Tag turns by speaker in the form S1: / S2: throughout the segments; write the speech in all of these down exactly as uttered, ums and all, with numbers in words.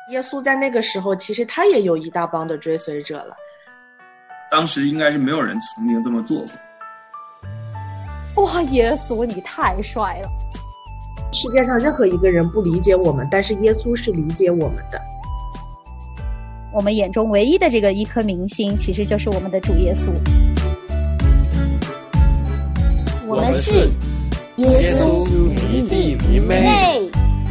S1: 耶稣在那个时候其实他也有一大帮的追随者了，
S2: 当时应该是没有人曾经这么做
S3: 过。哇，耶稣你太帅了！
S1: 世界上任何一个人不理解我们，但是耶稣是理解我们的。
S3: 我们眼中唯一的这个一颗明星其实就是我们的主耶稣。
S4: 我们是耶稣迷弟迷妹。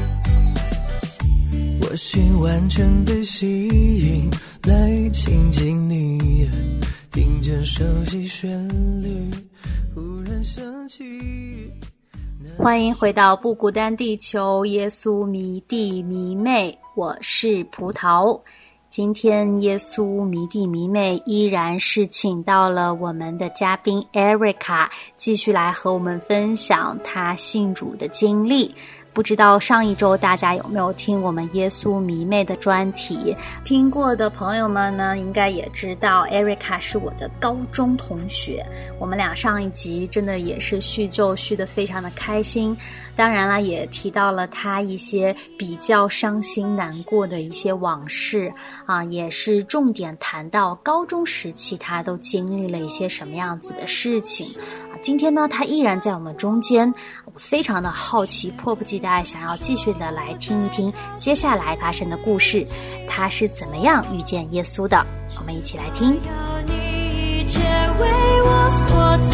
S5: 我心完全被吸引，来亲近你，听见熟悉旋律，忽然想起。
S3: 欢迎回到不孤单地球，耶稣迷弟迷妹，我是葡萄。今天耶稣迷弟迷妹依然是请到了我们的嘉宾 Erica， 继续来和我们分享她信主的经历。不知道上一周大家有没有听我们耶稣迷妹的专题，听过的朋友们呢应该也知道 Erica 是我的高中同学，我们俩上一集真的也是叙旧叙得非常的开心，当然了也提到了她一些比较伤心难过的一些往事啊，也是重点谈到高中时期她都经历了一些什么样子的事情啊。今天呢她依然在我们中间，我非常的好奇，迫不及待想要继续的来听一听接下来发生的故事，她是怎么样遇见耶稣的，我们一起来听。
S6: 要你一切为我所做，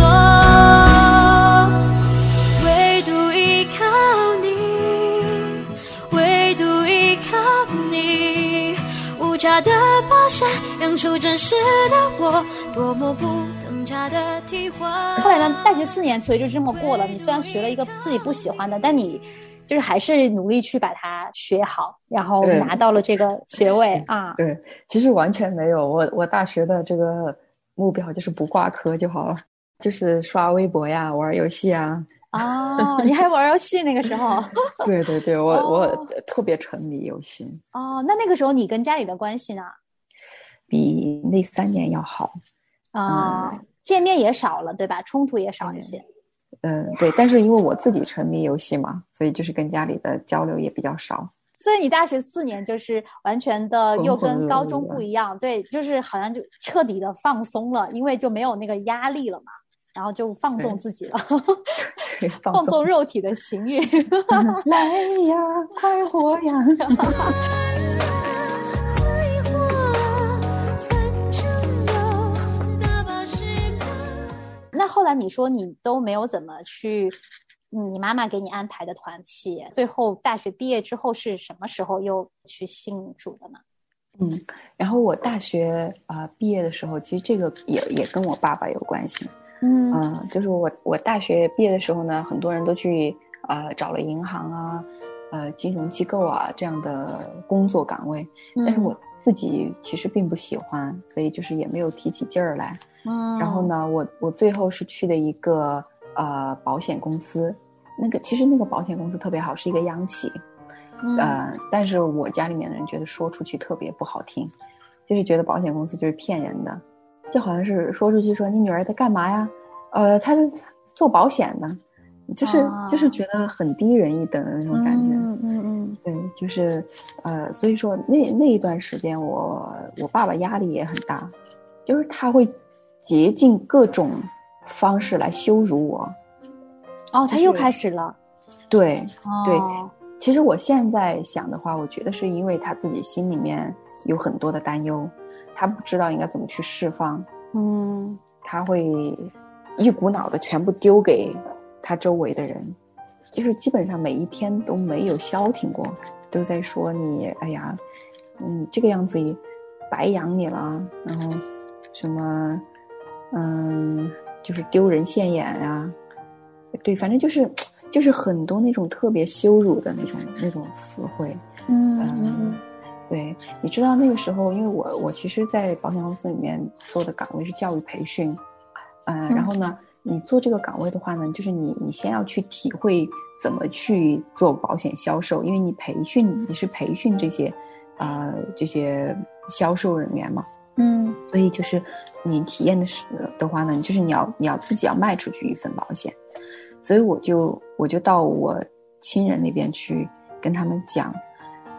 S6: 唯独依靠你，唯独依靠你，无价的宝山亮出真实的我，多么不等价的替换。
S3: 后来呢大学四年所以就这么过了，你虽然学了一个自己不喜欢的，但你就是还是努力去把它学好，然后拿到了这个学位啊。
S7: 对，其实完全没有，我我大学的这个目标就是不挂科就好了，就是刷微博呀，玩游戏啊。
S3: 哦，你还玩游戏那个时候？
S7: 对对对，我、哦、我特别沉迷游戏。
S3: 哦，那那个时候你跟家里的关系呢？
S7: 比那三年要好
S3: 啊、嗯，见面也少了，对吧？冲突也少一些。
S7: 嗯，对，但是因为我自己沉迷游戏嘛，所以就是跟家里的交流也比较少。
S3: 所以你大学四年就是完全的又跟高中不一样，对，就是好像就彻底的放松了，因为就没有那个压力了嘛，然后就放纵自己了，
S7: 对放
S3: 放纵肉体的情欲。
S7: 来呀，快活呀！
S3: 那后来你说你都没有怎么去你妈妈给你安排的团契，最后大学毕业之后是什么时候又去信主的呢？
S7: 嗯，然后我大学啊、呃、毕业的时候，其实这个也也跟我爸爸有关系。
S3: 嗯、
S7: 呃、就是我我大学毕业的时候呢，很多人都去呃找了银行啊呃金融机构啊这样的工作岗位、嗯、但是我自己其实并不喜欢，所以就是也没有提起劲儿来。嗯，然后呢，我我最后是去的一个呃保险公司，那个其实那个保险公司特别好，是一个央企，嗯、呃，但是我家里面的人觉得说出去特别不好听，就是觉得保险公司就是骗人的，就好像是说出去说你女儿在干嘛呀？呃，她是做保险的，就是、啊、就是觉得很低人一等的那种感觉。
S3: 嗯嗯嗯，
S7: 对，就是呃，所以说那那一段时间我我爸爸压力也很大，就是他会竭尽各种方式来羞辱我。
S3: 哦，他又开始了。
S7: 对、
S3: 哦、
S7: 对，其实我现在想的话，我觉得是因为他自己心里面有很多的担忧，他不知道应该怎么去释放。
S3: 嗯，
S7: 他会一股脑的全部丢给他周围的人，就是基本上每一天都没有消停过，都在说你哎呀你这个样子白养你了，然后什么嗯，就是丢人现眼啊，对，反正就是就是很多那种特别羞辱的那种那种词汇。
S3: 嗯
S7: 嗯，对，你知道那个时候，因为我我其实在保险公司里面做的岗位是教育培训，呃，然后呢，你做这个岗位的话呢，就是你你先要去体会怎么去做保险销售，因为你培训你是培训这些呃这些销售人员嘛。
S3: 嗯，
S7: 所以就是你体验的是的话呢，就是你要你要自己要卖出去一份保险，所以我就我就到我亲人那边去跟他们讲，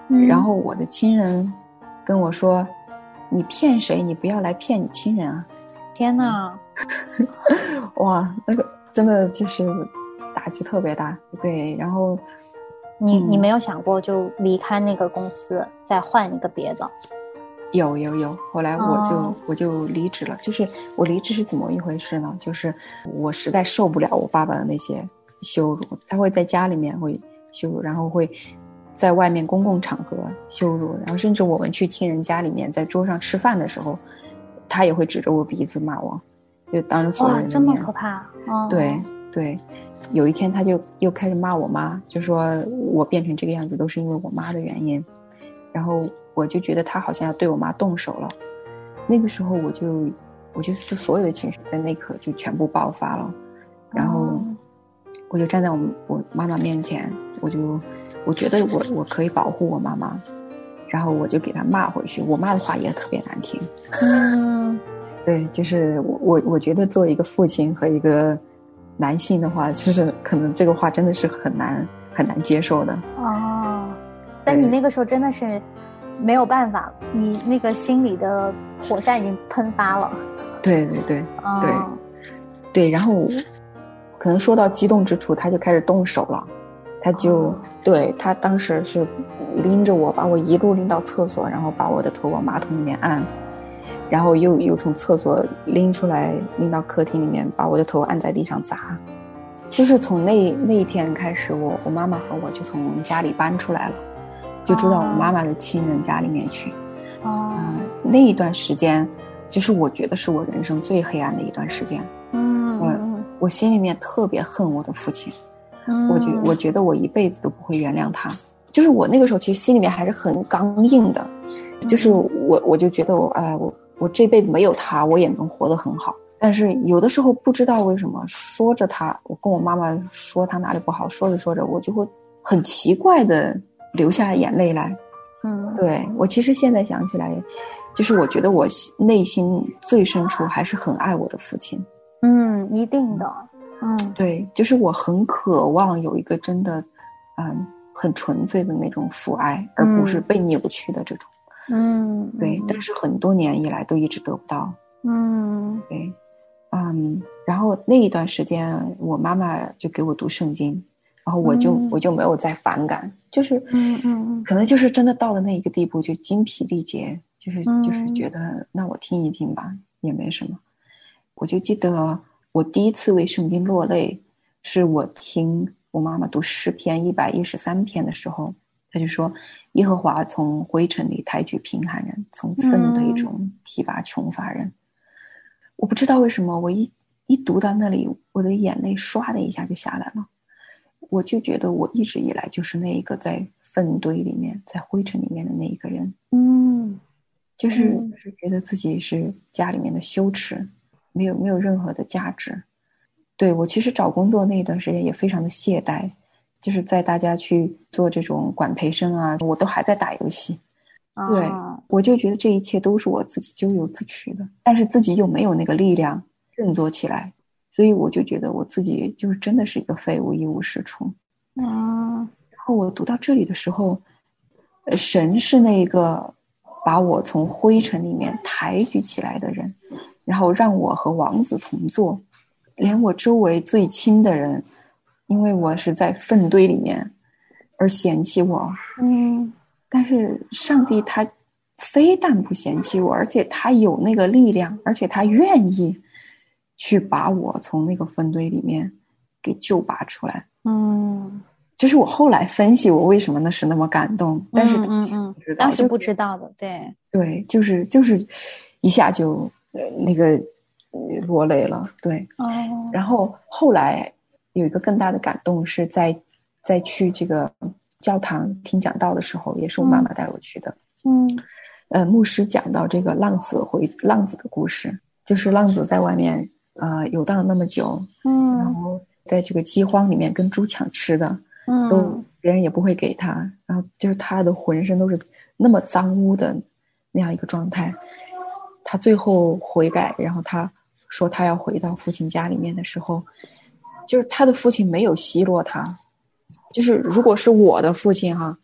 S7: 嗯、然后我的亲人跟我说，你骗谁？你不要来骗你亲人啊！
S3: 天哪，
S7: 哇，那个真的就是打击特别大。对，然后
S3: 你、
S7: 嗯、
S3: 你没有想过就离开那个公司，再换一个别的？
S7: 有有有，后来我就、
S3: 哦、
S7: 我就离职了。就是我离职是怎么一回事呢？就是我实在受不了我爸爸的那些羞辱，他会在家里面会羞辱，然后会在外面公共场合羞辱，然后甚至我们去亲人家里面在桌上吃饭的时候，他也会指着我鼻子骂我，就当着所有人的面。
S3: 哇，这么可怕！哦、
S7: 对对，有一天他就又开始骂我妈，就说我变成这个样子都是因为我妈的原因，然后我就觉得他好像要对我妈动手了。那个时候我就我就就所有的情绪在那一刻就全部爆发了，然后我就站在我我妈妈面前，我就我觉得我我可以保护我妈妈，然后我就给她骂回去。我骂的话也特别难听。
S3: 嗯，
S7: 对，就是我我我觉得作为一个父亲和一个男性的话，就是可能这个话真的是很难很难接受的。
S3: 哦，但你那个时候真的是没有办法，你那个心里的火山已经喷发了。
S7: 对对对、
S3: 哦、
S7: 对对，然后可能说到激动之处，他就开始动手了。他就、哦、对他当时是拎着我，把我一路拎到厕所，然后把我的头往马桶里面按，然后又又从厕所拎出来，拎到客厅里面，把我的头按在地上砸。就是从那那一天开始，我我妈妈和我就从家里搬出来了，就住到我妈妈的亲人家里面去。
S3: 哦、
S7: 呃，那一段时间，就是我觉得是我人生最黑暗的一段时间。
S3: 嗯，
S7: 我我心里面特别恨我的父亲。
S3: 嗯、
S7: 我觉我觉得我一辈子都不会原谅他。就是我那个时候其实心里面还是很刚硬的，就是我我就觉得我哎、呃、我我这辈子没有他我也能活得很好。但是有的时候不知道为什么说着他，我跟我妈妈说他哪里不好，说着说着我就会很奇怪的流下眼泪来。
S3: 嗯，
S7: 对，我其实现在想起来，就是我觉得我内心最深处还是很爱我的父亲。
S3: 嗯，一定的。嗯，
S7: 对，就是我很渴望有一个真的嗯很纯粹的那种父爱，而不是被扭曲的这种。
S3: 嗯，
S7: 对，但是很多年以来都一直得不到。
S3: 嗯，
S7: 对，嗯，然后那一段时间我妈妈就给我读圣经，然后我就、嗯、我就没有再反感，就是
S3: 嗯嗯，
S7: 可能就是真的到了那一个地步就精疲力竭，就是就是觉得那我听一听吧，也没什么。我就记得我第一次为圣经落泪，是我听我妈妈读诗篇一百一十三篇的时候，她就说耶和华从灰尘里抬举贫寒人，从粪堆中提拔穷乏人、嗯、我不知道为什么我一一读到那里，我的眼泪唰的一下就下来了。我就觉得我一直以来就是那一个在粪堆里面在灰尘里面的那一个人。
S3: 嗯，
S7: 就是、嗯、就是觉得自己是家里面的羞耻，没有没有任何的价值。对，我其实找工作那一段时间也非常的懈怠，就是在大家去做这种管培生啊，我都还在打游戏。
S3: 啊、
S7: 对，我就觉得这一切都是我自己咎由自取的，但是自己又没有那个力量振作起来，所以我就觉得我自己就是真的是一个废物，一无是处。
S3: 啊、
S7: 然后我读到这里的时候，神是那个把我从灰尘里面抬举起来的人，然后让我和王子同坐，连我周围最亲的人因为我是在粪堆里面而嫌弃我。
S3: 嗯，
S7: 但是上帝他非但不嫌弃我，而且他有那个力量，而且他愿意去把我从那个粪堆里面给救拔出来。
S3: 嗯，
S7: 就是我后来分析我为什么那是那么感动，但是
S3: 嗯嗯嗯，当时不知道的。对
S7: 对，就是就是一下就、呃、那个、呃、落泪了。对、
S3: 哦、
S7: 然后后来有一个更大的感动是在在去这个教堂听讲道的时候，也是我妈妈带我去的。
S3: 嗯，
S7: 呃，牧师讲到这个浪子回浪子的故事，就是浪子在外面呃游荡那么久，
S3: 嗯，
S7: 然后在这个饥荒里面跟猪抢吃的，
S3: 嗯，
S7: 都别人也不会给他，然后就是他的浑身都是那么脏污的那样一个状态。他最后悔改，然后他说他要回到父亲家里面的时候，就是他的父亲没有奚落他。就是如果是我的父亲哈，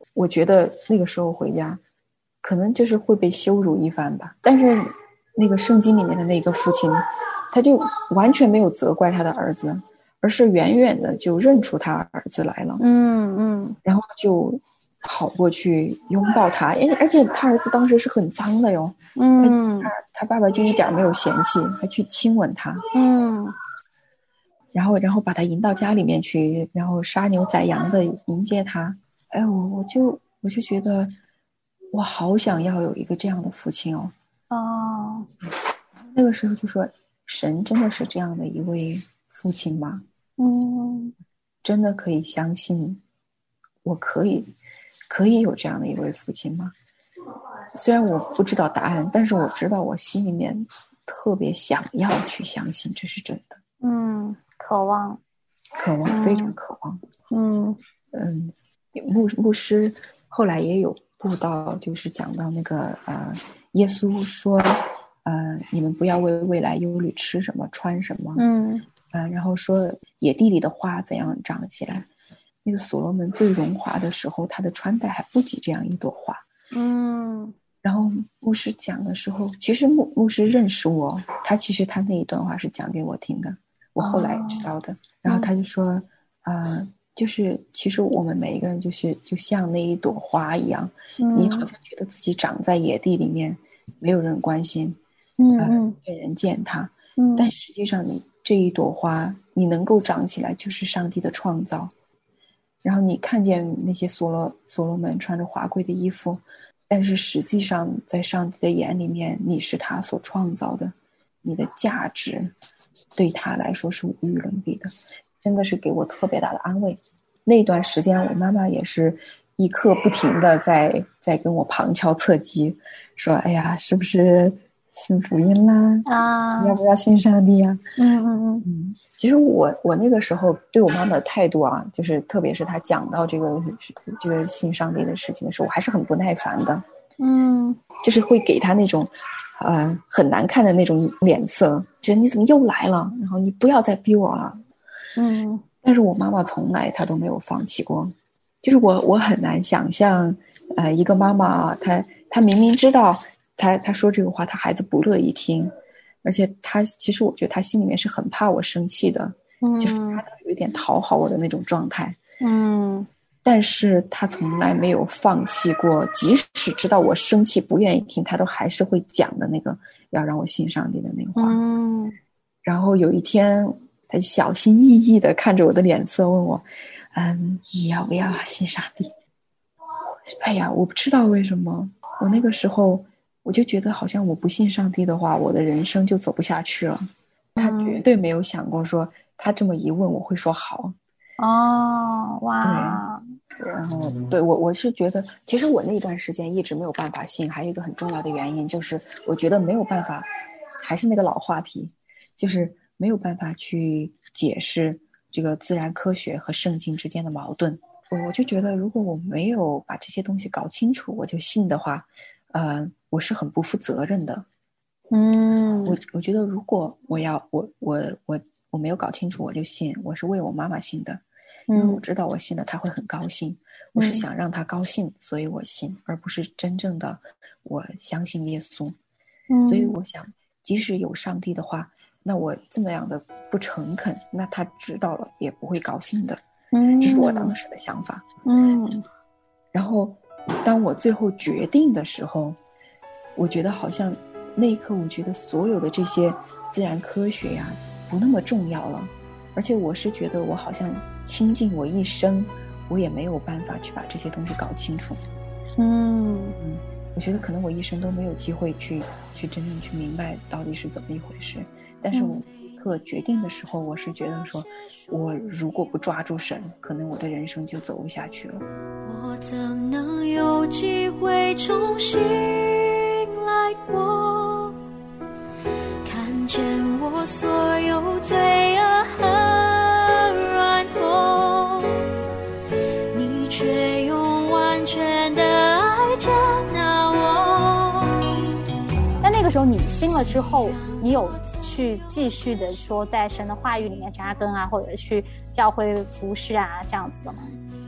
S7: 我觉得那个时候回家可能就是会被羞辱一番吧。但是那个圣经里面的那个父亲，他就完全没有责怪他的儿子，而是远远的就认出他儿子来了。
S3: 嗯嗯，
S7: 然后就跑过去拥抱他，而且他儿子当时是很脏的哟。嗯，他他爸爸就一点没有嫌弃，还去亲吻他。
S3: 嗯，
S7: 然后然后把他迎到家里面去，然后杀牛宰羊的迎接他。哎，我我就我就觉得我好想要有一个这样的父亲哦。
S3: 哦，
S7: 那个时候就说，神真的是这样的一位父亲吗？
S3: 嗯，
S7: 真的可以相信我可以可以有这样的一位父亲吗？虽然我不知道答案，但是我知道我心里面特别想要去相信这是真的。
S3: 嗯，渴望
S7: 渴望，非常渴望。
S3: 嗯
S7: 嗯，牧牧师后来也有布道，就是讲到那个呃，耶稣说呃，你们不要为未来忧虑吃什么穿什么。
S3: 嗯
S7: 呃，然后说野地里的花怎样长起来。那个所罗门最荣华的时候，他的穿戴还不及这样一朵花。
S3: 嗯，
S7: 然后牧师讲的时候，其实牧牧师认识我，他其实他那一段话是讲给我听的，我后来知道的。哦、然后他就说啊、呃，就是其实我们每一个人就是就像那一朵花一样，嗯、你好像觉得自己长在野地里面，没有人关心，
S3: 嗯
S7: 呃、没人见它，
S3: 嗯，
S7: 但实际上你这一朵花，你能够长起来，就是上帝的创造。然后你看见那些所罗所罗门穿着华贵的衣服，但是实际上在上帝的眼里面，你是他所创造的，你的价值对他来说是无与伦比的，真的是给我特别大的安慰。那段时间我妈妈也是一刻不停的在在跟我旁敲侧击，说哎呀，是不是信福音啦？啊，要不要信上帝啊？
S3: 嗯嗯嗯
S7: 嗯。其实我我那个时候对我妈妈的态度啊，就是特别是她讲到这个这个信上帝的事情的时候，我还是很不耐烦的。
S3: 嗯，
S7: 就是会给她那种呃很难看的那种脸色，觉得你怎么又来了，然后你不要再逼我了。
S3: 嗯，
S7: 但是我妈妈从来她都没有放弃过。就是我我很难想象，呃，一个妈妈她她明明知道她她说这个话，她孩子不乐意听。而且他其实我觉得他心里面是很怕我生气的，嗯，就是他有一点讨好我的那种状态，
S3: 嗯，
S7: 但是他从来没有放弃过，即使知道我生气不愿意听，他都还是会讲的那个要让我信上帝的那个话。
S3: 嗯，
S7: 然后有一天他就小心翼翼的看着我的脸色问我，嗯，你要不要信上帝？哎呀，我不知道为什么我那个时候我就觉得好像我不信上帝的话，我的人生就走不下去了。他绝对没有想过说他这么一问我会说好。
S3: 哦，哇！
S7: 对，然后对我我是觉得，其实我那段时间一直没有办法信，还有一个很重要的原因就是我觉得没有办法，还是那个老话题，就是没有办法去解释这个自然科学和圣经之间的矛盾。我就觉得如果我没有把这些东西搞清楚，我就信的话，呃，我是很不负责任的。
S3: 嗯，
S7: 我我觉得如果我要我我我我没有搞清楚我就信，我是为我妈妈信的，因为我知道我信了她会很高兴，我是想让她高兴，所以我信，而不是真正的我相信耶稣。
S3: 嗯，
S7: 所以我想，即使有上帝的话，那我这么样的不诚恳，那他知道了也不会高兴的。
S3: 嗯，
S7: 这是我当时的想法。
S3: 嗯，
S7: 然后当我最后决定的时候，我觉得好像那一刻我觉得所有的这些自然科学呀不那么重要了，而且我是觉得我好像倾尽我一生我也没有办法去把这些东西搞清楚。
S3: 嗯
S7: 嗯，我觉得可能我一生都没有机会去去真正去明白到底是怎么一回事。但是我那一刻决定的时候，我是觉得说我如果不抓住神，可能我的人生就走不下去了。
S6: 我怎能有机会重新来过，看见我所有罪恶和软弱，你却用完全的爱接纳我。
S3: 但那个时候你信了之后，你有去继续的说在神的话语里面扎根啊，或者去教会服侍啊这样子的吗？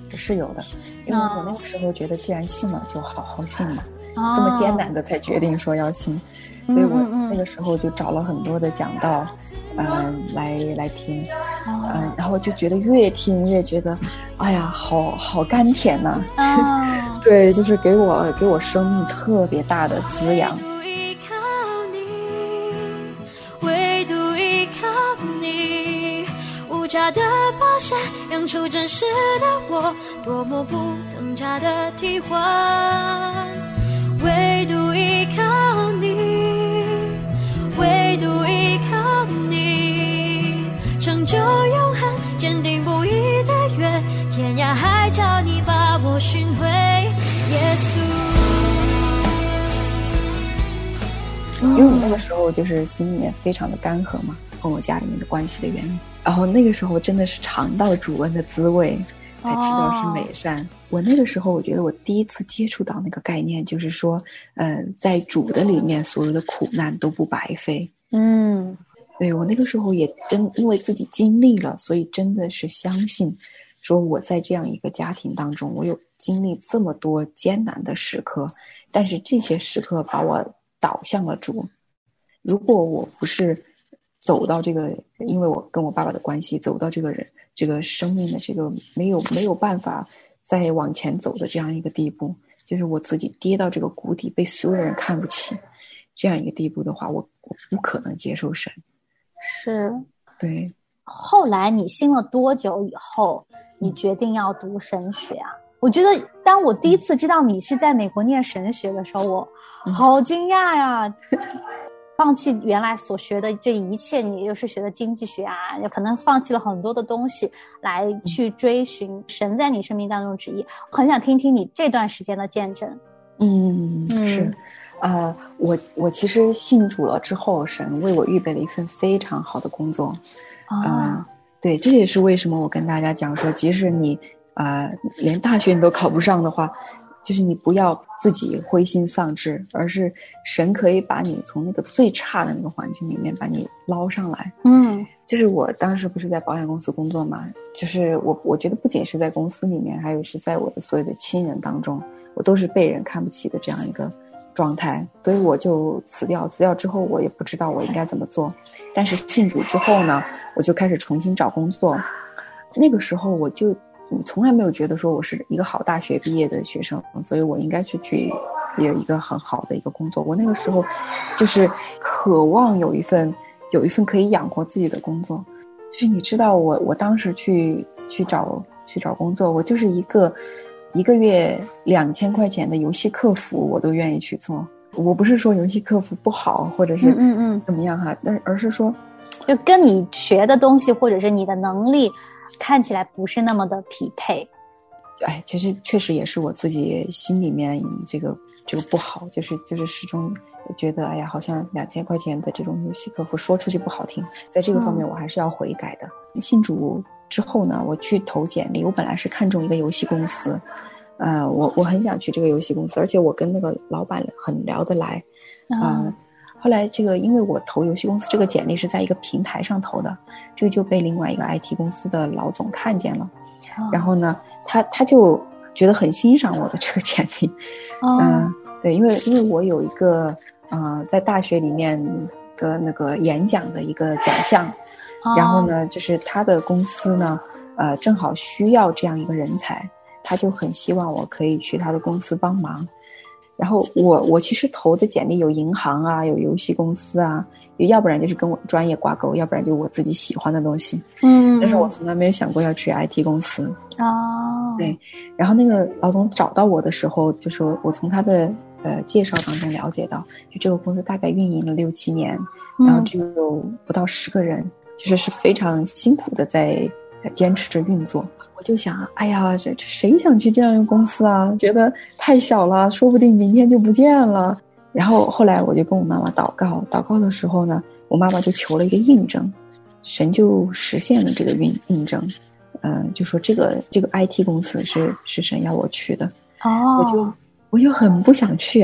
S7: 也是有的，因为我那个时候觉得既然信了就好好信嘛，哦、这么艰难的才决定说要信，所以我那个时候就找了很多的讲道，嗯、呃，来来听，嗯、呃，然后就觉得越听越觉得，哎呀，好好甘甜呐、啊，哦、对，就是给我给我生命特别大的滋养。
S6: 无价的宝山养出真实的我，多么不等价的替换，唯独依靠你，唯独依靠你，成就永恒坚定不移的约，天涯海角你把我寻回，耶稣。
S7: 因为我那个时候就是心里面非常的干涸嘛，跟我家里面的关系的原因，然后那个时候真的是尝到主恩的滋味，才知道是美善。哦、我那个时候我觉得我第一次接触到那个概念，就是说呃，在主的里面所有的苦难都不白费。嗯，对，我那个时候也真因为自己经历了，所以真的是相信说我在这样一个家庭当中，我有经历这么多艰难的时刻，但是这些时刻把我导向了主。如果我不是走到这个，因为我跟我爸爸的关系，走到这个人这个生命的这个没有没有办法再往前走的这样一个地步，就是我自己跌到这个谷底，被所有人看不起这样一个地步的话，我我不可能接受神。
S3: 是，
S7: 对。
S3: 后来你信了多久以后，你决定要读神学啊？我觉得当我第一次知道你是在美国念神学的时候，我好惊讶呀！放弃原来所学的这一切，你又是学的经济学啊，有可能放弃了很多的东西来去追寻神在你生命当中的旨意。很想听听你这段时间的见证。
S7: 嗯，是，呃，我我其实信主了之后，神为我预备了一份非常好的工作。啊、呃，对，这也是为什么我跟大家讲说，即使你呃连大学你都考不上的话，就是你不要自己灰心丧志，而是神可以把你从那个最差的那个环境里面把你捞上来。嗯，就是我当时不是在保险公司工作嘛，就是我我觉得不仅是在公司里面，还有是在我的所有的亲人当中，我都是被人看不起的这样一个状态，所以我就辞掉辞掉之后，我也不知道我应该怎么做。但是信主之后呢，我就开始重新找工作。那个时候我就我从来没有觉得说我是一个好大学毕业的学生，所以我应该去去有一个很好的一个工作。我那个时候就是渴望有一份有一份可以养活自己的工作。就是你知道我我当时去去找去找工作，我就是一个一个月两千块钱的游戏客服我都愿意去做。我不是说游戏客服不好或者是嗯嗯怎么样哈，但而是说
S3: 就跟你学的东西或者是你的能力看起来不是那么的匹配。
S7: 哎，其实确实也是我自己心里面这个这个不好，就是就是始终觉得哎呀，好像两千块钱的这种游戏客服说出去不好听，在这个方面我还是要悔改的。嗯、信主之后呢，我去投简历，我本来是看中一个游戏公司，呃，我我很想去这个游戏公司，而且我跟那个老板很聊得来，啊、呃。后来这个因为我投游戏公司这个简历是在一个平台上投的，这个就被另外一个 I T 公司的老总看见了，哦、然后呢他他就觉得很欣赏我的这个简历。嗯、哦呃，对，因为因为我有一个呃在大学里面的那个演讲的一个奖项，哦、然后呢就是他的公司呢呃正好需要这样一个人才，他就很希望我可以去他的公司帮忙。然后我我其实投的简历有银行啊，有游戏公司啊，要不然就是跟我专业挂钩，要不然就是我自己喜欢的东西。嗯，但是我从来没有想过要去 I T 公司。哦，对。然后那个老总找到我的时候，就说我从他的呃介绍当中了解到，就这个公司大概运营了六七年，然后只有不到十个人，就是是非常辛苦的在坚持着运作。我就想，哎呀，这这谁想去这样一个公司啊？觉得太小了，说不定明天就不见了。然后后来我就跟我妈妈祷告，祷告的时候呢，我妈妈就求了一个印证，神就实现了这个印印证，嗯、呃，就说这个这个 I T 公司是是神要我去的。哦，我就我就很不想去啊，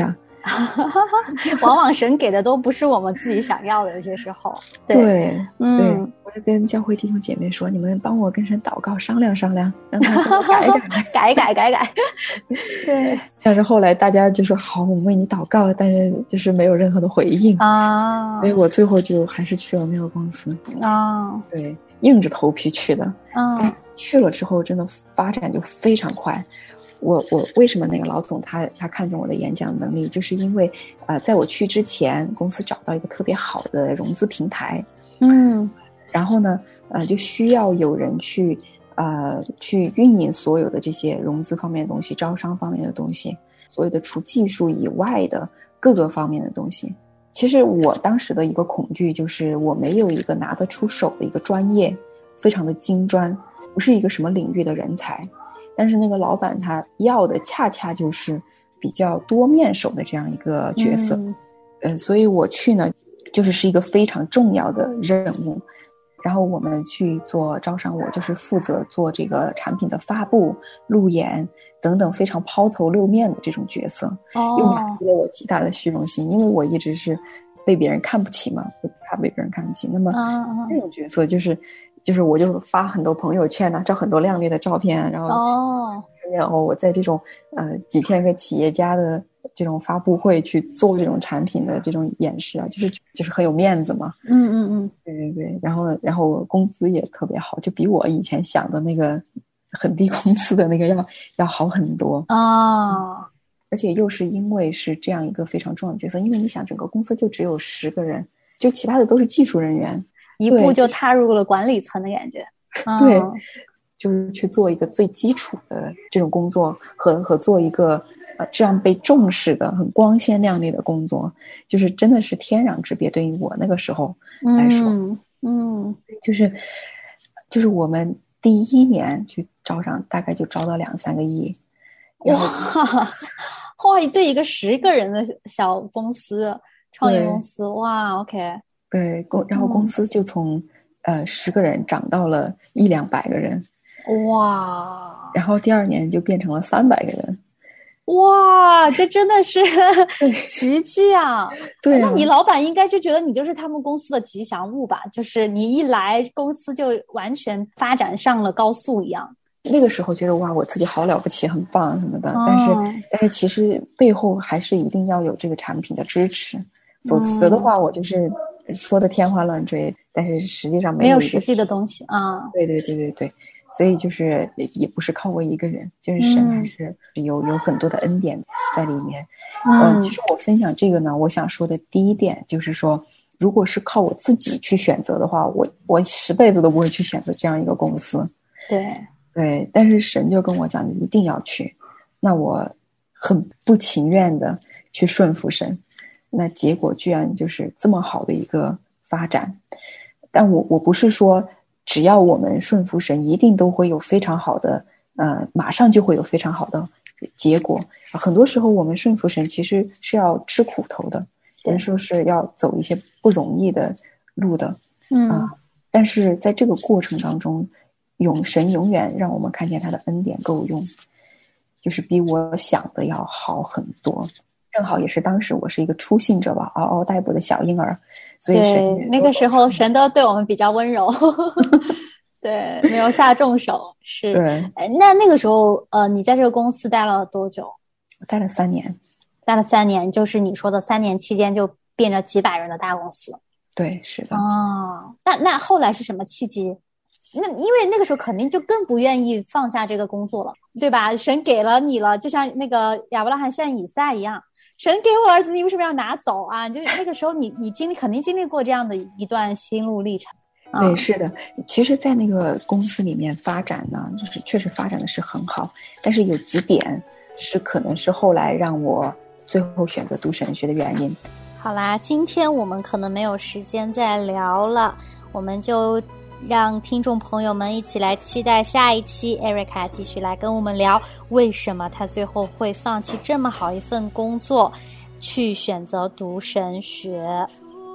S3: 往往神给的都不是我们自己想要的，有些时候。对，
S7: 对，
S3: 嗯，
S7: 对，我就跟教会弟兄姐妹说，你们帮我跟神祷告商量商量，让他给我改改
S3: 改改改改。对，
S7: 但是后来大家就说好，我们为你祷告，但是就是没有任何的回应
S3: 啊，
S7: 所以我最后就还是去了那个公司
S3: 啊，
S7: 对，硬着头皮去的
S3: 啊。
S7: 但去了之后，真的发展就非常快。我我为什么那个老总他他看中我的演讲能力，就是因为呃，在我去之前，公司找到一个特别好的融资平台，
S3: 嗯，
S7: 然后呢，呃，就需要有人去呃去运营所有的这些融资方面的东西、招商方面的东西，所有的除技术以外的各个方面的东西。其实我当时的一个恐惧就是我没有一个拿得出手的一个专业，非常的精专，不是一个什么领域的人才。但是那个老板他要的恰恰就是比较多面手的这样一个角色，嗯，呃，所以我去呢，就是是一个非常重要的任务。然后我们去做招商，我就是负责做这个产品的发布、路演等等非常抛头露面的这种角色，
S3: 哦，
S7: 又满足了我极大的虚荣心，因为我一直是被别人看不起嘛，我怕被别人看不起。那么这种角色就是就是我就发很多朋友圈啊，照很多靓丽的照片，然后
S3: 哦，
S7: 然后我在这种呃几千个企业家的这种发布会去做这种产品的这种演示啊，就是就是很有面子嘛。
S3: 嗯嗯嗯，
S7: 对对对，然后然后工资也特别好，就比我以前想的那个很低工资的那个要要好很多
S3: 啊。
S7: 哦，而且又是因为是这样一个非常重要的角色，因为你想整个公司就只有十个人，就其他的都是技术人员，
S3: 一步就踏入了管理层的感觉。
S7: 对，嗯，就是去做一个最基础的这种工作和和做一个呃这样被重视的很光鲜亮丽的工作，就是真的是天壤之别。对于我那个时候来说，
S3: 嗯，嗯
S7: 就是就是我们第一年去招商，大概就招到两三个亿。
S3: 哇哇！对一个十个人的小公司、创业公司，哇 ，OK。
S7: 对，公然后公司就从、嗯、呃十个人涨到了一两百个人，
S3: 哇！
S7: 然后第二年就变成了三百个人，
S3: 哇，这真的是奇迹啊！
S7: 对啊，
S3: 那你老板应该就觉得你就是他们公司的吉祥物吧？就是你一来，公司就完全发展上了高速一样。
S7: 那个时候觉得哇，我自己好了不起，很棒什么的，哦、但是但是其实背后还是一定要有这个产品的支持。否则的话，我就是说的天花乱坠，但是实际上没有
S3: 没有实际的东西啊。
S7: 对对对对对，所以就是也不是靠我一个人，就是神还是有、嗯、有很多的恩典在里面。嗯、呃，其实我分享这个呢，我想说的第一点就是说，如果是靠我自己去选择的话，我我十辈子都不会去选择这样一个公司。
S3: 对
S7: 对，但是神就跟我讲，你一定要去。那我很不情愿的去顺服神。那结果居然就是这么好的一个发展，但我我不是说只要我们顺服神，一定都会有非常好的，呃，马上就会有非常好的结果。很多时候我们顺服神其实是要吃苦头的，有的时候是要走一些不容易的路的，
S3: 嗯
S7: 啊、呃，但是在这个过程当中，永神永远让我们看见他的恩典够用，就是比我想的要好很多。正好也是当时我是一个初信者吧，嗷嗷待哺的小婴儿，所以
S3: 对那个时候神都对我们比较温柔，对，没有下重手。是，
S7: 对。
S3: 那那个时候，呃，你在这个公司待了多久？
S7: 待了三年，
S3: 待了三年，就是你说的三年期间就变成几百人的大公司。
S7: 对，是的。
S3: 哦，那那后来是什么契机？那因为那个时候肯定就更不愿意放下这个工作了，对吧？神给了你了，就像那个亚伯拉罕献以撒一样。神给我儿子，你为什么要拿走啊？就那个时候你，你经历肯定经历过这样的一段心路历程。
S7: 对，
S3: 嗯、
S7: 是的。其实，在那个公司里面发展呢，就是确实发展的是很好，但是有几点是可能是后来让我最后选择读神学的原因。
S3: 好啦，今天我们可能没有时间再聊了，我们就让听众朋友们一起来期待下一期 Erica 继续来跟我们聊为什么她最后会放弃这么好一份工作去选择读神学。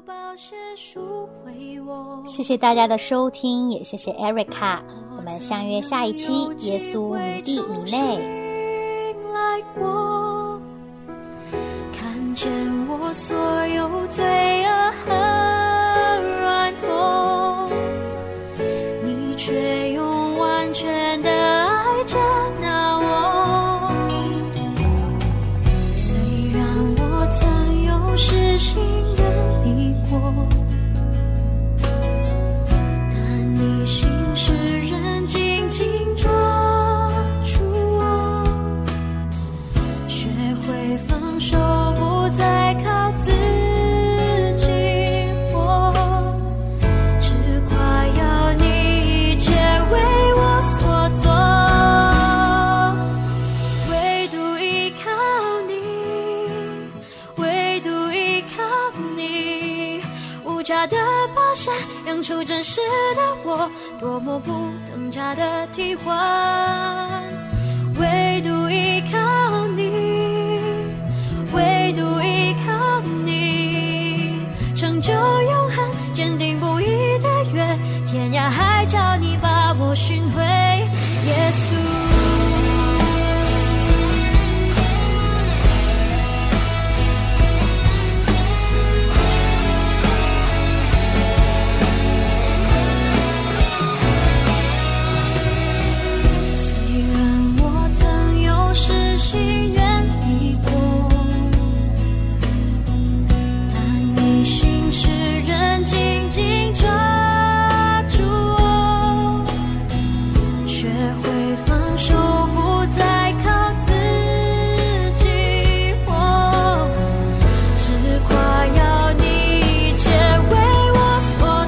S3: 谢谢大家的收听，也谢谢 Erica， 我们相约下一期耶稣迷弟迷妹。
S6: 看见我所有罪恶和软弱，你却用完全的爱接纳我。虽然我曾有失心远离过，但你心事仍紧紧抓住我，学会放手，不再靠自己活，只夸耀你一切为我所做，唯独依靠你，唯独依靠你，无价的宝山养出真实的我，多么不等价的替换，唯独依靠你，唯独依靠你，成就永恒坚定不移的约，天涯海角你把我寻回，耶稣。心远离过，但你心事仍紧紧抓住我，学会放手，不再靠自己活，只夸耀你一切为我所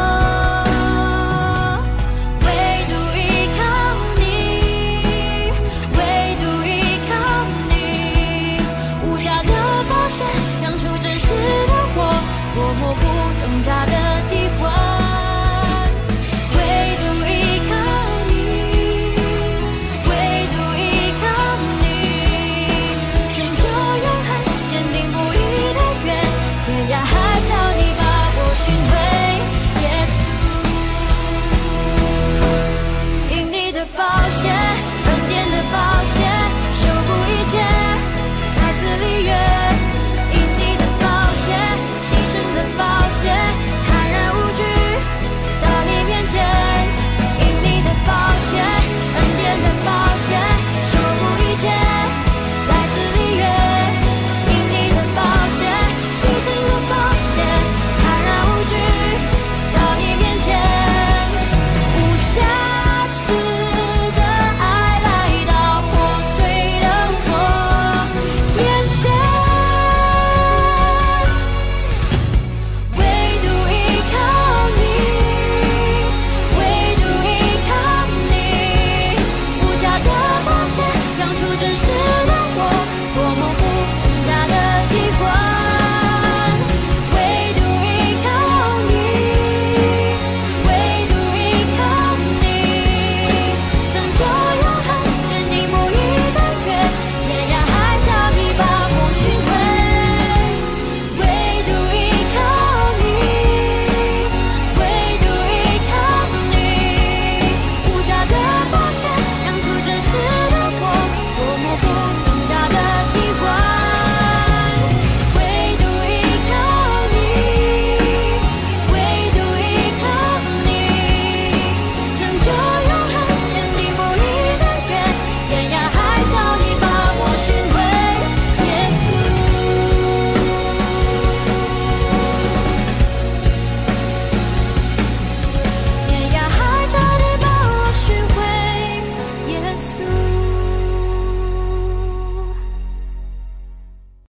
S6: 做，唯独依靠你，唯独依养出真实的我，多么不等价的替换。